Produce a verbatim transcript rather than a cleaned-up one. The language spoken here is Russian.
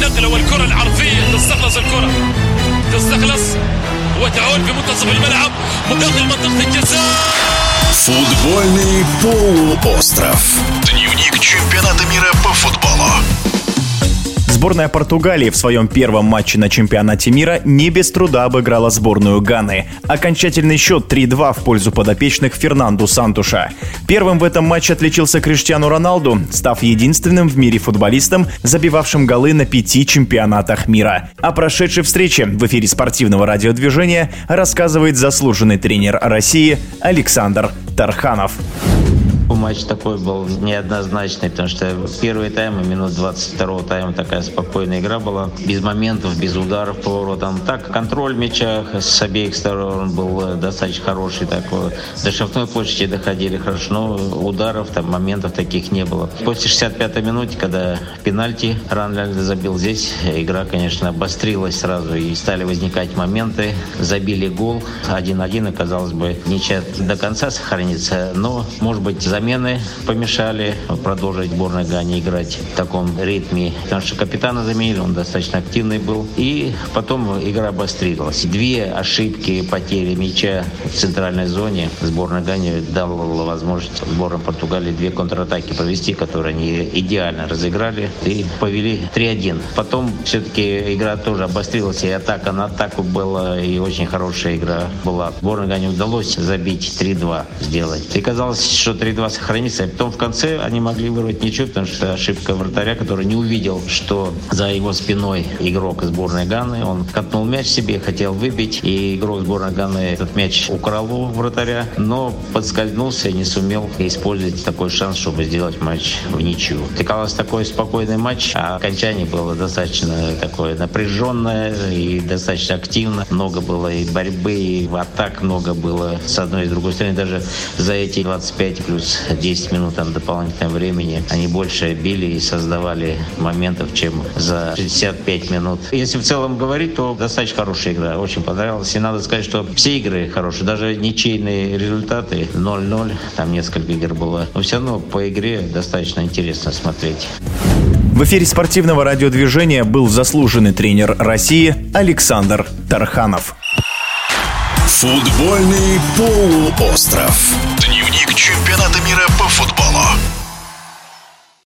النقله والكره العرضيه تستخلص الكره تستخلص وتعود في منتصف الملعب مداخل منطقه الجزاء. Футбольный полуостров. Дневник чемпионата мира по футболу. Сборная Португалии в своем первом матче на чемпионате мира не без труда обыграла сборную Ганы. Окончательный счет три-два в пользу подопечных Фернанду Сантуша. Первым в этом матче отличился Криштиану Роналду, став единственным в мире футболистом, забивавшим голы на пяти чемпионатах мира. О прошедшей встрече в эфире спортивного радиодвижения рассказывает заслуженный тренер России Александр Тарханов. Матч такой был неоднозначный, потому что первый тайм и минут двадцать второго тайма такая спокойная игра была. Без моментов, без ударов по воротам. Так, контроль мяча с обеих сторон был достаточно хороший. Такой. До штрафной площади доходили хорошо, но ударов, там, моментов таких не было. После шестьдесят пятой минуты, когда пенальти Рональдо забил, здесь игра, конечно, обострилась сразу и стали возникать моменты. Забили гол один-один, и, казалось бы, ничья до конца сохранится, но, может быть, замены помешали продолжить сборной Гане играть в таком ритме. Потому что капитана заменили, он достаточно активный был. И потом игра обострилась. Две ошибки, потери мяча в центральной зоне сборной Гане дала возможность сборной Португалии две контратаки провести, которые они идеально разыграли и повели три-один. Потом все-таки игра тоже обострилась, и атака на атаку была, и очень хорошая игра была. Сборной Гане удалось забить три-два сделать. И казалось, что три-два сохранится. А потом в конце они могли вырвать ничего, потому что ошибка вратаря, который не увидел, что за его спиной игрок сборной Ганы. Он катнул мяч себе, хотел выбить, и игрок сборной Ганы этот мяч украл у вратаря, но подскользнулся и не сумел использовать такой шанс, чтобы сделать матч в ничью. Казалось, такой спокойный матч, а окончание было достаточно такое напряженное и достаточно активно. Много было и борьбы, и атак много было с одной и с другой стороны. Даже за эти двадцать пять плюс десять минут там дополнительного времени они больше били и создавали моментов, чем за шестьдесят пять минут. Если в целом говорить, то достаточно хорошая игра. Очень понравилась. И надо сказать, что все игры хорошие. Даже ничейные результаты ноль-ноль. Там несколько игр было. Но все равно по игре достаточно интересно смотреть. В эфире спортивного радиодвижения был заслуженный тренер России Александр Тарханов. Футбольный полуостров.